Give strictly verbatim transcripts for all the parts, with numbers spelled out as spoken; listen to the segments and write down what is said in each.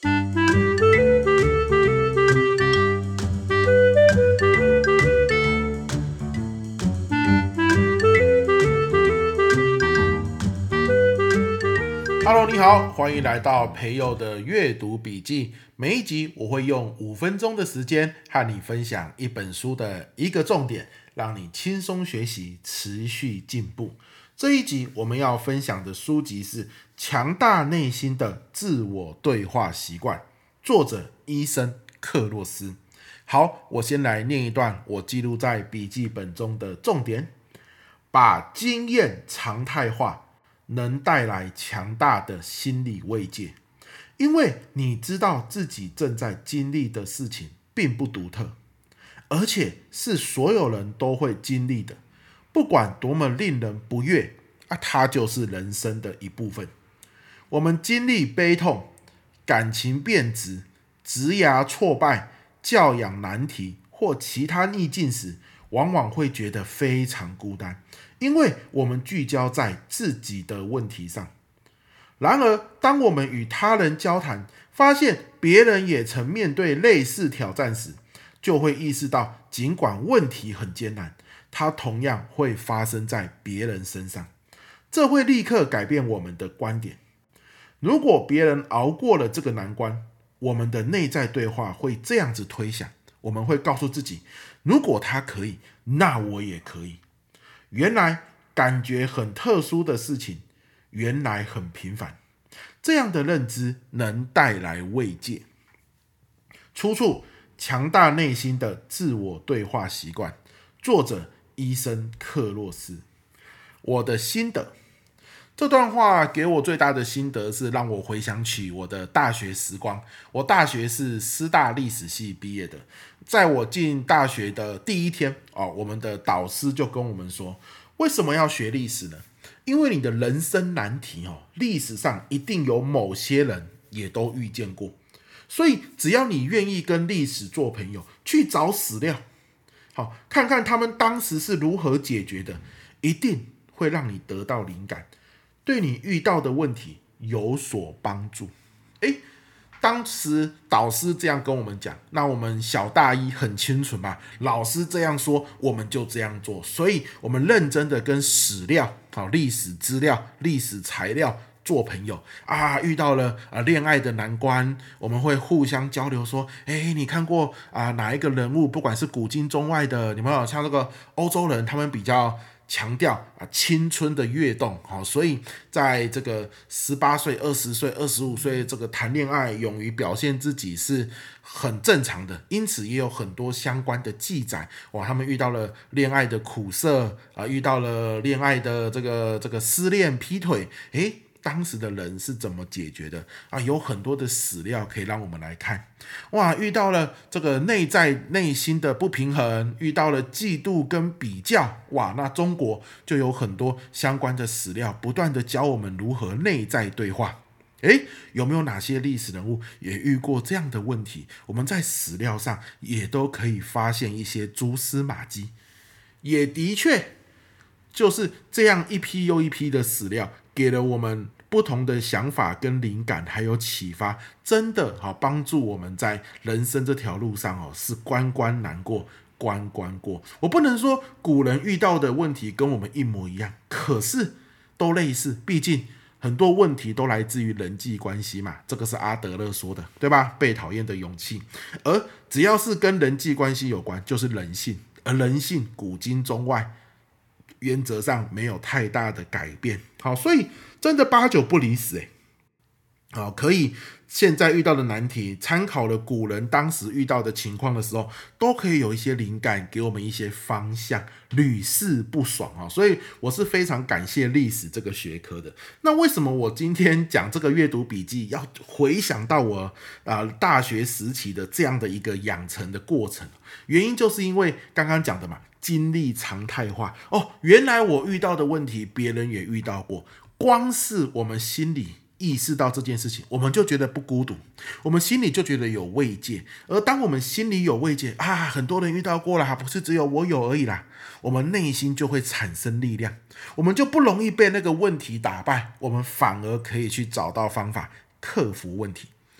Hello， 你好，欢迎来到培佑的阅读笔记。每一集我会用五分钟的时间和你分享一本书的一个重点，让你轻松学习，持续进步。这一集我们要分享的书籍是《强大内心的自我对话习惯》，作者伊森·克洛斯。好，我先来念一段我记录在笔记本中的重点：把经验常态化，能带来强大的心理慰藉，因为你知道自己正在经历的事情并不独特，而且是所有人都会经历的，不管多么令人不悦，啊，它就是人生的一部分。我们经历悲痛、感情变质、职涯挫败、教养难题或其他逆境时，往往会觉得非常孤单，因为我们聚焦在自己的问题上。然而，当我们与他人交谈，发现别人也曾面对类似挑战时，就会意识到，尽管问题很艰难，它同样会发生在别人身上。这会立刻改变我们的观点。如果别人熬过了这个难关，我们的内在对话会这样子推想，我们会告诉自己，如果他可以，那我也可以。原来感觉很特殊的事情，原来很平凡。这样的认知能带来慰藉。出处：强大内心的自我对话习惯，作者伊森·克洛斯。我的心得，这段话给我最大的心得是让我回想起我的大学时光。我大学是师大历史系毕业的，在我进大学的第一天，哦，我们的导师就跟我们说，为什么要学历史呢？因为你的人生难题，哦，历史上一定有某些人也都遇见过，所以只要你愿意跟历史做朋友，去找史料，好，看看他们当时是如何解决的，一定会让你得到灵感，对你遇到的问题有所帮助。诶，当时导师这样跟我们讲，那我们小大一很清楚嘛，老师这样说，我们就这样做，所以我们认真的跟史料、历史资料、历史材料做朋友啊，遇到了啊恋爱的难关，我们会互相交流说，哎，你看过啊哪一个人物，不管是古今中外的，你们有像这个欧洲人，他们比较强调啊青春的跃动，好，所以在这个十八岁、二十岁、二十五岁这个谈恋爱，勇于表现自己是很正常的，因此也有很多相关的记载。哇，他们遇到了恋爱的苦涩啊，遇到了恋爱的这个这个失恋、劈腿，诶。当时的人是怎么解决的啊？有很多的史料可以让我们来看。哇，遇到了这个内在内心的不平衡，遇到了嫉妒跟比较，哇，那中国就有很多相关的史料，不断的教我们如何内在对话。诶，有没有哪些历史人物也遇过这样的问题？我们在史料上也都可以发现一些蛛丝马迹。也的确，就是这样一批又一批的史料，给了我们不同的想法跟灵感，还有启发，真的好帮助我们在人生这条路上，哦，是关关难过关关过。我不能说古人遇到的问题跟我们一模一样，可是都类似，毕竟很多问题都来自于人际关系嘛，这个是阿德勒说的，对吧？被讨厌的勇气。而只要是跟人际关系有关，就是人性，而人性古今中外原则上没有太大的改变。好，所以真的八九不离十，欸，好，可以现在遇到的难题，参考了古人当时遇到的情况的时候，都可以有一些灵感，给我们一些方向，屡试不爽啊！所以我是非常感谢历史这个学科的。那为什么我今天讲这个阅读笔记，要回想到我啊、呃、大学时期的这样的一个养成的过程？原因就是因为刚刚讲的嘛，经历常态化哦，原来我遇到的问题，别人也遇到过。光是我们心里意识到这件事情，我们就觉得不孤独，我们心里就觉得有慰藉。而当我们心里有慰藉啊，很多人遇到过啦，不是只有我有而已啦，我们内心就会产生力量，我们就不容易被那个问题打败，我们反而可以去找到方法克服问题。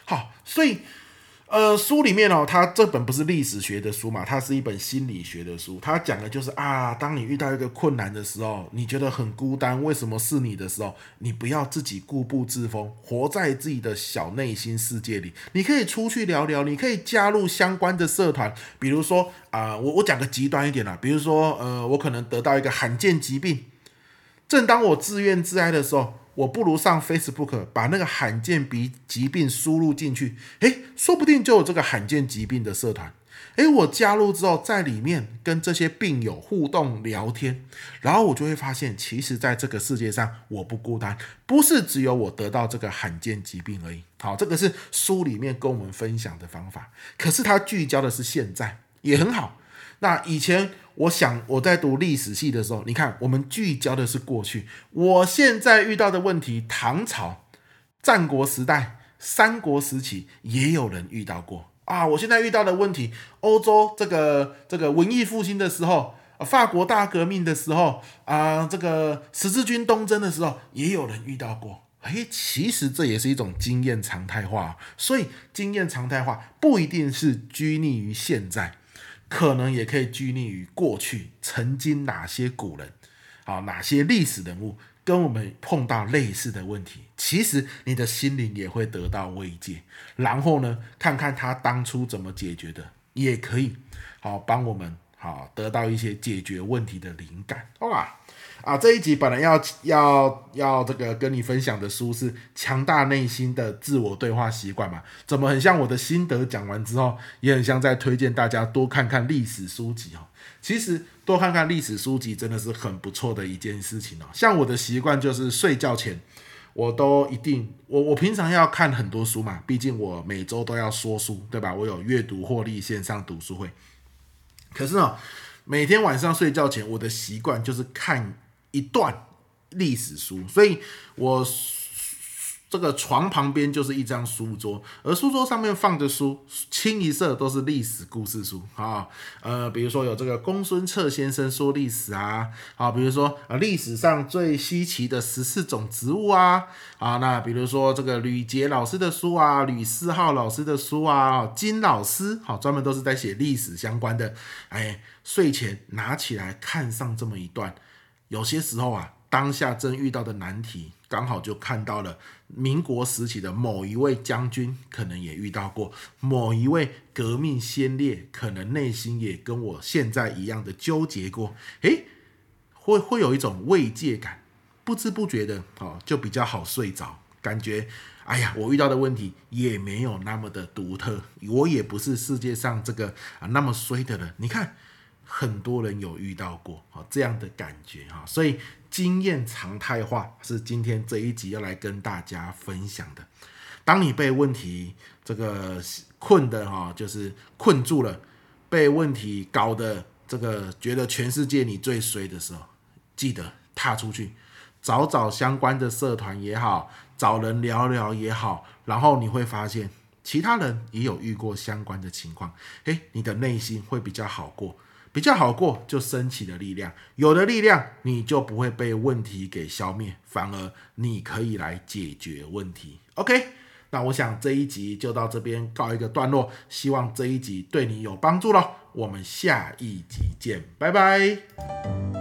好，所以呃，书里面哦，它这本不是历史学的书嘛，它是一本心理学的书。它讲的就是啊，当你遇到一个困难的时候，你觉得很孤单，为什么是你的时候，你不要自己固步自封，活在自己的小内心世界里。你可以出去聊聊，你可以加入相关的社团，比如说啊、呃，我我讲个极端一点啦，比如说呃，我可能得到一个罕见疾病，正当我自怨自哀的时候，我不如上 Facebook 把那个罕见疾病输入进去，诶，说不定就有这个罕见疾病的社团。诶，我加入之后，在里面跟这些病友互动聊天，然后我就会发现，其实在这个世界上我不孤单，不是只有我得到这个罕见疾病而已。好，这个是书里面跟我们分享的方法，可是它聚焦的是现在，也很好。那以前我想我在读历史系的时候，你看我们聚焦的是过去，我现在遇到的问题，唐朝、战国时代、三国时期也有人遇到过啊。我现在遇到的问题，欧洲这个这个文艺复兴的时候，法国大革命的时候啊，这个十字军东征的时候，也有人遇到过。诶，其实这也是一种经验常态化，所以经验常态化不一定是拘泥于现在，可能也可以拘泥于过去，曾经哪些古人，好，哪些历史人物跟我们碰到类似的问题，其实你的心灵也会得到慰藉。然后呢，看看他当初怎么解决的，也可以好帮我们好得到一些解决问题的灵感。哇！啊，这一集本来要要要这个跟你分享的书是《强大内心的自我对话习惯》嘛？怎么很像我的心得讲完之后，也很像在推荐大家多看看历史书籍哦。其实多看看历史书籍真的是很不错的一件事情哦。像我的习惯就是睡觉前，我都一定我我平常要看很多书嘛，毕竟我每周都要说书，对吧？我有阅读获利线上读书会，可是呢，每天晚上睡觉前，我的习惯就是看一段历史书，所以我这个床旁边就是一张书桌，而书桌上面放着书，清一色都是历史故事书啊。呃，比如说有这个公孙策先生说历史啊，啊，比如说啊历史上最稀奇的十四种植物啊，啊，那比如说这个吕杰老师的书啊，吕思浩老师的书啊，金老师好，专门都是在写历史相关的。哎，睡前拿起来看上这么一段，有些时候啊，当下正遇到的难题，刚好就看到了民国时期的某一位将军，可能也遇到过某一位革命先烈，可能内心也跟我现在一样的纠结过，诶，会会有一种慰藉感，不知不觉的哦，就比较好睡着，感觉哎呀，我遇到的问题也没有那么的独特，我也不是世界上这个啊那么衰的人，你看。很多人有遇到过这样的感觉，所以经验常态化是今天这一集要来跟大家分享的。当你被问题这个困的就是困住了，被问题搞得这个觉得全世界你最衰的时候，记得踏出去，找找相关的社团也好，找人聊聊也好，然后你会发现其他人也有遇过相关的情况，诶，你的内心会比较好过。比较好过就升起了力量，有了力量你就不会被问题给消灭，反而你可以来解决问题。 OK， 那我想这一集就到这边告一个段落，希望这一集对你有帮助咯，我们下一集见，拜拜。